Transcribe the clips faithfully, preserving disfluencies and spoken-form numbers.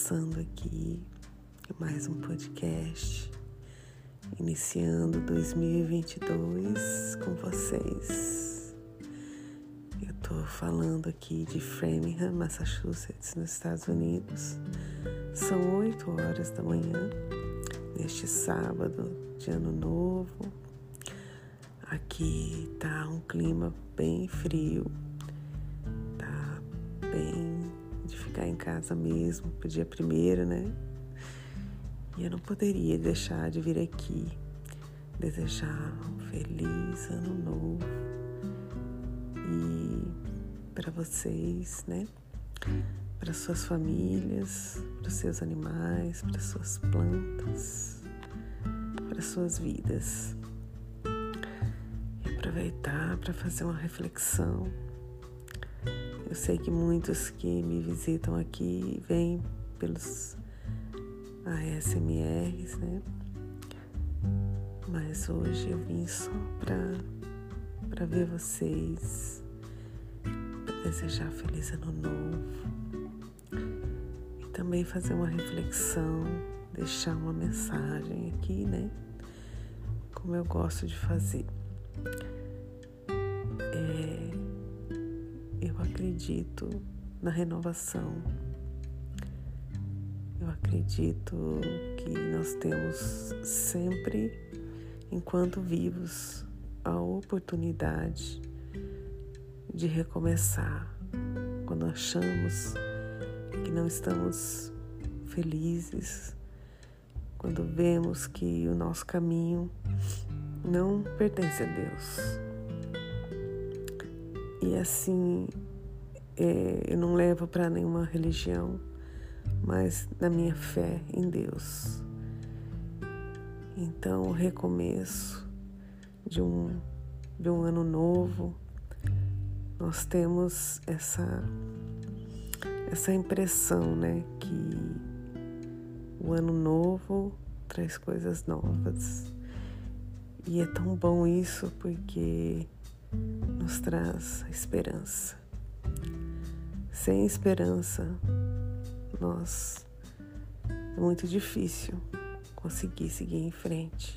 começando aqui mais um podcast, iniciando dois mil e vinte e dois com vocês. Eu estou falando aqui de Framingham, Massachusetts, nos Estados Unidos. São oito horas da manhã, neste sábado de Ano Novo. Aqui tá um clima bem frio, tá bem de ficar em casa mesmo, pro dia primeiro, né? E eu não poderia deixar de vir aqui desejar um feliz Ano Novo e para vocês, né? Para suas famílias, para os seus animais, para suas plantas, para suas vidas. E aproveitar para fazer uma reflexão. Eu sei que muitos que me visitam aqui vêm pelos A S M Rs, né? Mas hoje eu vim só para para ver vocês, para desejar feliz Ano Novo e também fazer uma reflexão, deixar uma mensagem aqui, né? Como eu gosto de fazer. É, eu acredito na renovação. Eu acredito que nós temos sempre, enquanto vivos, a oportunidade de recomeçar. Quando achamos que não estamos felizes, quando vemos que o nosso caminho não pertence a Deus. E assim, é, eu não levo para nenhuma religião, mas na minha fé em Deus. Então, o recomeço de um, de um ano novo, nós temos essa, essa impressão, né, que o ano novo traz coisas novas. E é tão bom isso porque nos traz esperança. Sem esperança, nós é muito difícil conseguir seguir em frente,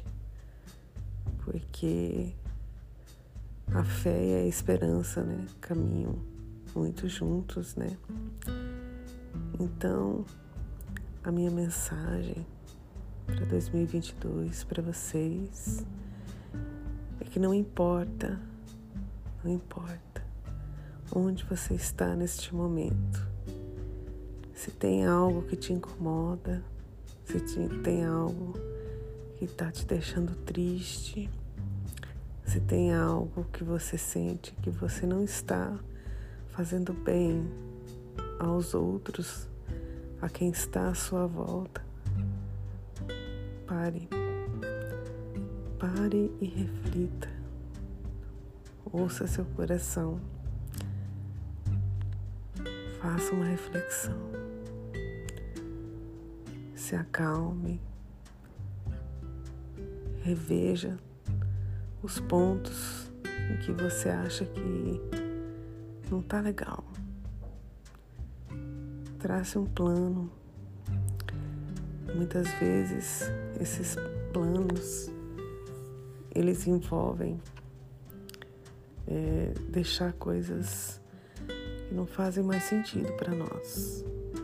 porque a fé e a esperança, né, caminham muito juntos, né? Então, a minha mensagem para dois mil e vinte e dois para vocês é que não importa, não importa onde você está neste momento. Se tem algo que te incomoda, se tem algo que está te deixando triste, se tem algo que você sente que você não está fazendo bem aos outros, a quem está à sua volta, pare, pare e reflita, ouça seu coração, faça uma reflexão. Se acalme, reveja os pontos em que você acha que não está legal. Trace um plano. Muitas vezes esses planos, eles envolvem é, deixar coisas que não fazem mais sentido para nós.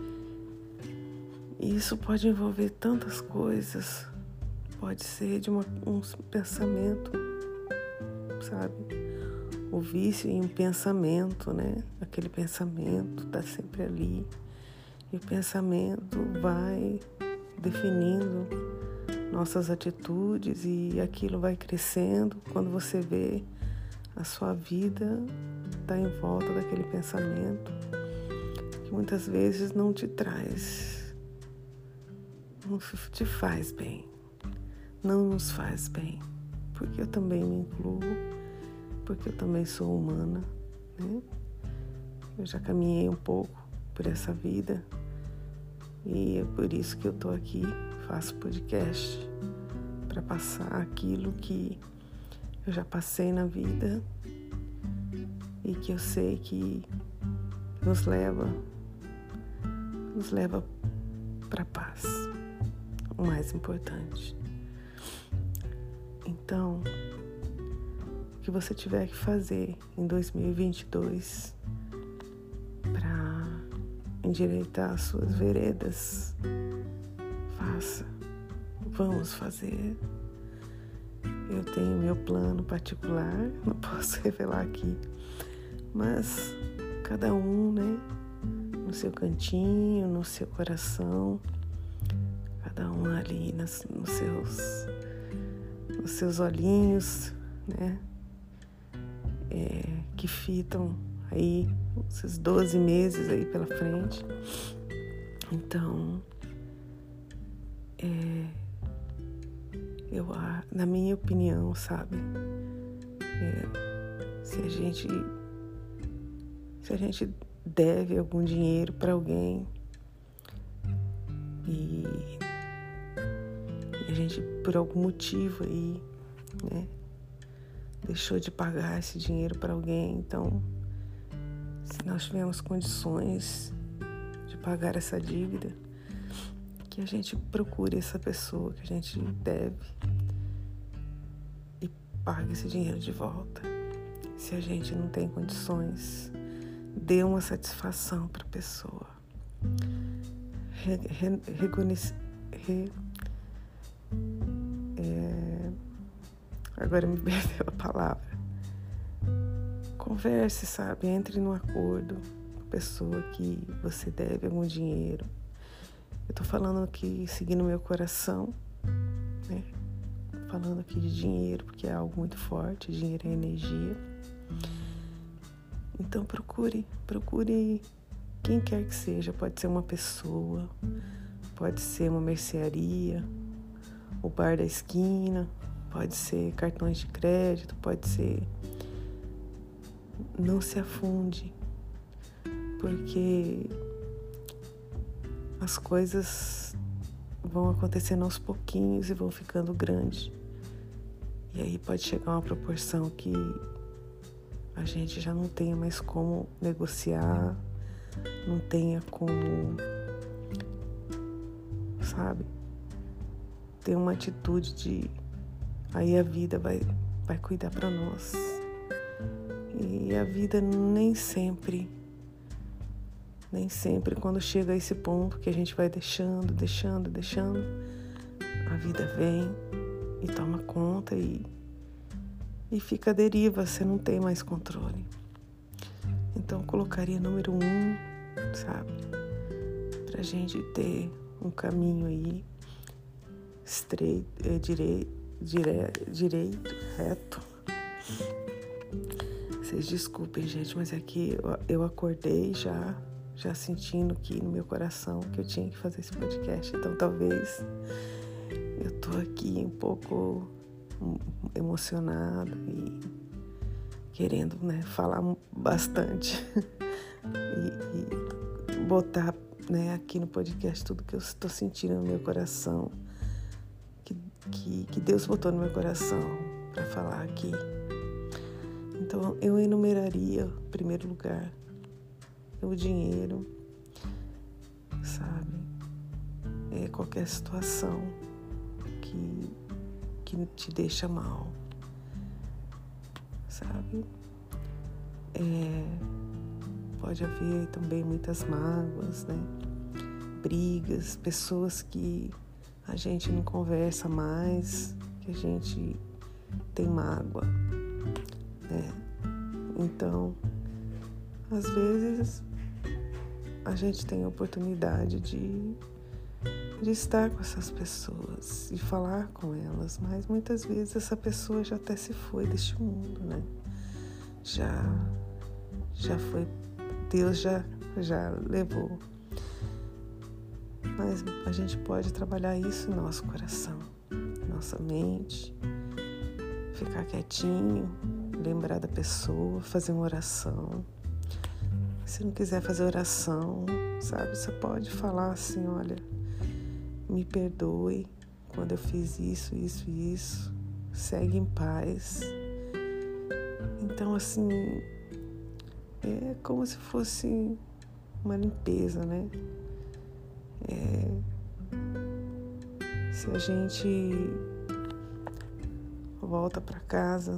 E isso pode envolver tantas coisas, pode ser de uma, um pensamento, sabe? O vício em um pensamento, né? Aquele pensamento está sempre ali. E o pensamento vai definindo nossas atitudes e aquilo vai crescendo. Quando você vê, a sua vida está em volta daquele pensamento que muitas vezes não te traz, não te faz bem, não nos faz bem, porque eu também me incluo, porque eu também sou humana, né? Eu já caminhei um pouco por essa vida e é por isso que eu tô aqui, faço podcast, para passar aquilo que eu já passei na vida e que eu sei que nos leva, nos leva para a paz, o mais importante. Então, o que você tiver que fazer em dois mil e vinte e dois para endireitar as suas veredas, faça. Vamos fazer. Eu tenho meu plano particular, não posso revelar aqui, mas cada um, né, no seu cantinho, no seu coração, cada um ali nas, nos seus, nos seus olhinhos, né, é, que fitam aí esses doze meses aí pela frente. Então, é, eu, na minha opinião, sabe, é, se a gente, se a gente deve algum dinheiro para alguém e, e a gente, por algum motivo aí, né, deixou de pagar esse dinheiro para alguém, então, se nós tivermos condições de pagar essa dívida, que a gente procure essa pessoa que a gente deve e pague esse dinheiro de volta. Se a gente não tem condições, dê uma satisfação para a pessoa. Re, re, reconhece, re, é, agora me perdeu a palavra. Converse, sabe? Entre num acordo com a pessoa que você deve algum dinheiro. Eu tô falando aqui, seguindo meu coração, né? Falando aqui de dinheiro, porque é algo muito forte, dinheiro é energia. Então procure, procure quem quer que seja, pode ser uma pessoa, pode ser uma mercearia, o bar da esquina, pode ser cartões de crédito, pode ser... Não se afunde, porque as coisas vão acontecendo aos pouquinhos e vão ficando grandes. E aí pode chegar uma proporção que a gente já não tenha mais como negociar, não tenha como, sabe, ter uma atitude de... Aí a vida vai, vai cuidar para nós. E a vida nem sempre, nem sempre, quando chega a esse ponto que a gente vai deixando, deixando, deixando, a vida vem e toma conta e, e fica à deriva, você não tem mais controle. Então eu colocaria número um, sabe, pra gente ter um caminho aí estreito, é, direito, dire, direito, reto. Vocês desculpem, gente, mas é que eu acordei já, já sentindo que no meu coração que eu tinha que fazer esse podcast. Então, talvez eu tô aqui um pouco emocionada e querendo, né, falar bastante e, e botar, né, aqui no podcast tudo que eu estou sentindo no meu coração, que, que, que Deus botou no meu coração para falar aqui. Então, eu enumeraria, em primeiro lugar, o dinheiro, sabe? É qualquer situação que, que te deixa mal, sabe? É, pode haver também muitas mágoas, né? Brigas, pessoas que a gente não conversa mais, que a gente tem mágoa. É. Então, às vezes, a gente tem a oportunidade de, de estar com essas pessoas e falar com elas, mas muitas vezes essa pessoa já até se foi deste mundo, né? Já, já foi, Deus já, já levou. Mas a gente pode trabalhar isso em nosso coração, nossa mente, ficar quietinho, lembrar da pessoa, fazer uma oração. Se não quiser fazer oração, sabe, você pode falar assim, olha, me perdoe quando eu fiz isso, isso e isso, segue em paz. Então, assim, é como se fosse uma limpeza, né? É se a gente volta para casa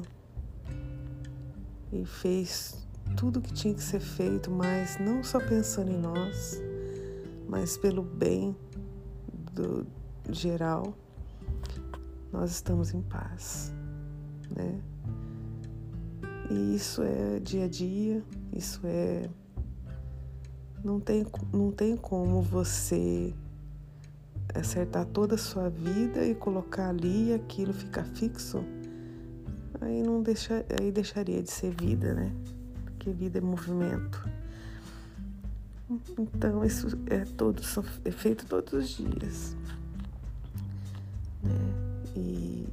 e fez tudo que tinha que ser feito, mas não só pensando em nós, mas pelo bem do geral, nós estamos em paz, né? E isso é dia a dia, isso é... Não tem, não tem como você acertar toda a sua vida e colocar ali e aquilo ficar fixo. Aí, não deixa, aí deixaria de ser vida, né? Porque vida é movimento. Então, isso é, todos, é feito todos os dias. Né? E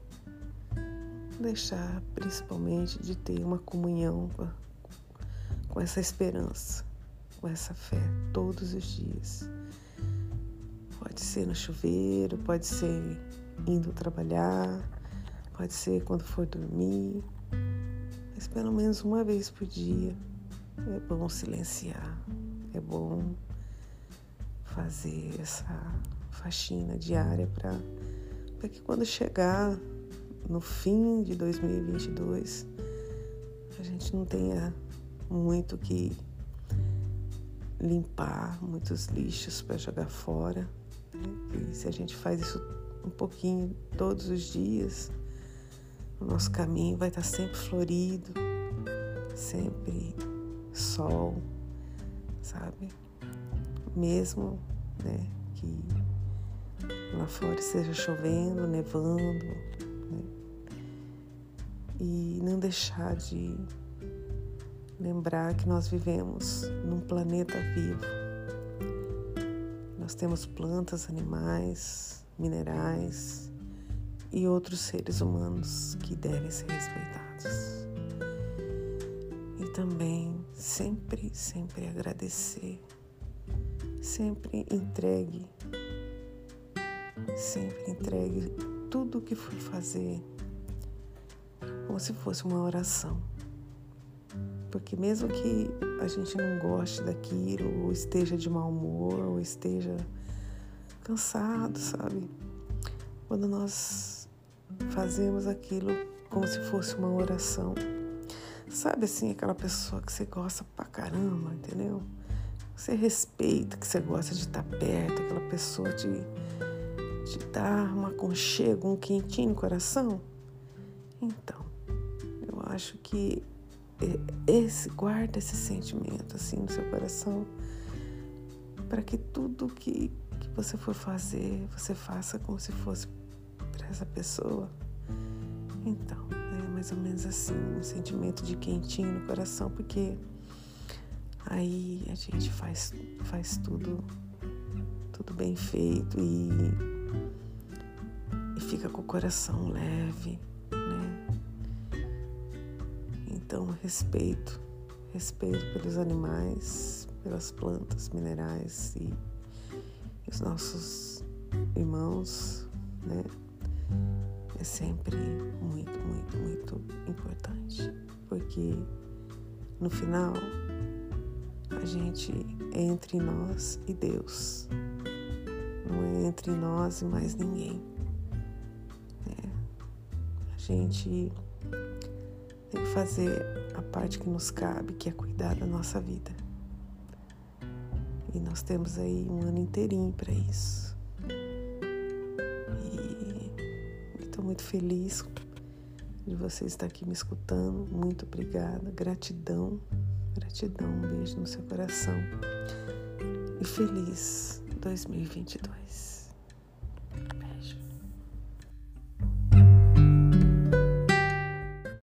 deixar, principalmente, de ter uma comunhão com, a, com essa esperança, com essa fé, todos os dias. Pode ser no chuveiro, pode ser indo trabalhar, pode ser quando for dormir, mas pelo menos uma vez por dia é bom silenciar, é bom fazer essa faxina diária para para que quando chegar no fim de dois mil e vinte e dois a gente não tenha muito que limpar, muitos lixos para jogar fora. E se a gente faz isso um pouquinho todos os dias, o nosso caminho vai estar sempre florido, sempre sol, sabe? Mesmo, né, que lá fora esteja chovendo, nevando, né? E não deixar de lembrar que nós vivemos num planeta vivo. Nós temos plantas, animais, minerais e outros seres humanos que devem ser respeitados. E também sempre, sempre agradecer, sempre entregue, sempre entregue tudo o que for fazer como se fosse uma oração. Porque mesmo que a gente não goste daquilo, ou esteja de mau humor, ou esteja cansado, sabe? Quando nós fazemos aquilo como se fosse uma oração, sabe assim, aquela pessoa que você gosta pra caramba, entendeu? Você respeita, que você gosta de estar perto, aquela pessoa te, te dá um aconchego, um quentinho no coração. Então, eu acho que esse, guarda esse sentimento assim no seu coração, para que tudo que, que você for fazer, você faça como se fosse para essa pessoa. Então, é mais ou menos assim, um sentimento de quentinho no coração, porque aí a gente faz, faz tudo, tudo bem feito e, e fica com o coração leve, né? Então, respeito, respeito pelos animais, pelas plantas, minerais e os nossos irmãos, né? É sempre muito, muito, muito importante, porque no final a gente é entre nós e Deus, não é entre nós e mais ninguém, né? A gente tem que fazer a parte que nos cabe, que é cuidar da nossa vida. E nós temos aí um ano inteirinho para isso. E estou muito feliz de você estar aqui me escutando. Muito obrigada. Gratidão. Gratidão. Um beijo no seu coração. E feliz dois mil e vinte e dois.